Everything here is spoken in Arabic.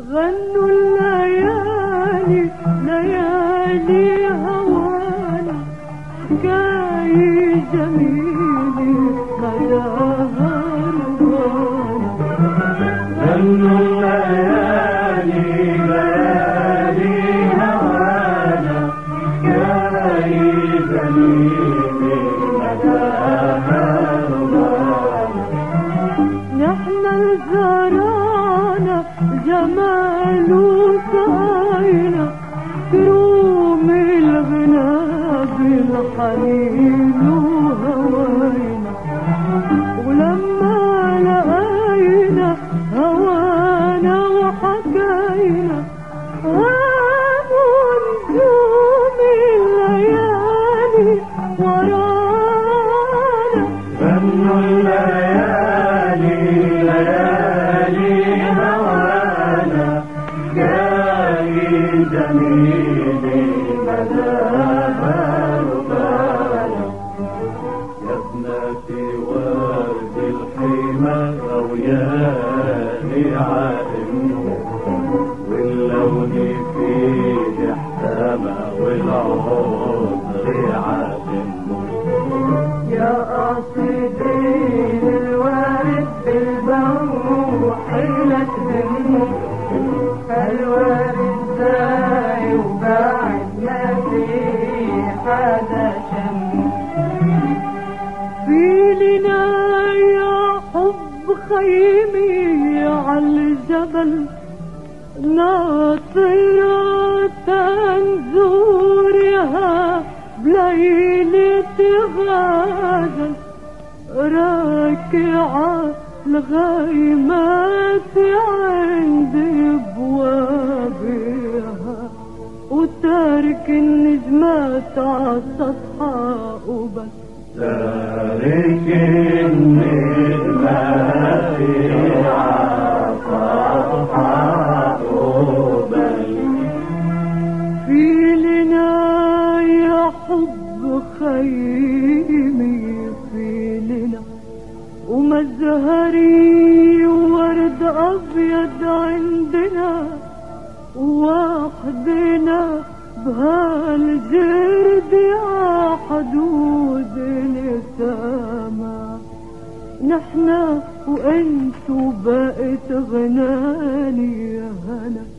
غنوا الليالي ليالي هوانا، جاي جميلي مداها رضانا. غنوا الليالي ليالي هوانا، جاي جميلي مداها رضانا. نحن الزرانا جمال وسعينا، كروم الغنى بالحنين وهوينا. ولما لقينا هوانا وحكينا، قاموا نجوم الليالي ورانا. غنوا الليالي ليالي هوانا، جاي جميلي مداها رضانا. يا ابنتي ورد الحمى روياني عائم، واللون فيه احتمى والعمر عادم. يا قاصدين الوارد بالبوح لا تهمه، الوارد زاي وبعد ما في حدا شمه. في لنا يا حب خيمي عالجبل، ناطرة نزورها بليلة غزل، راكعة الغيمات عند ابوابها، وتارك النجمات عالسطحة وبس. تارك النجمات عالسطحة وبس. في لنا يا حب خيمي، في لنا ومزهري ورد أبيض عندنا، وحدنا بهالجرد يا حدود السما. نحنا وانتو بقت غناني يا هلا.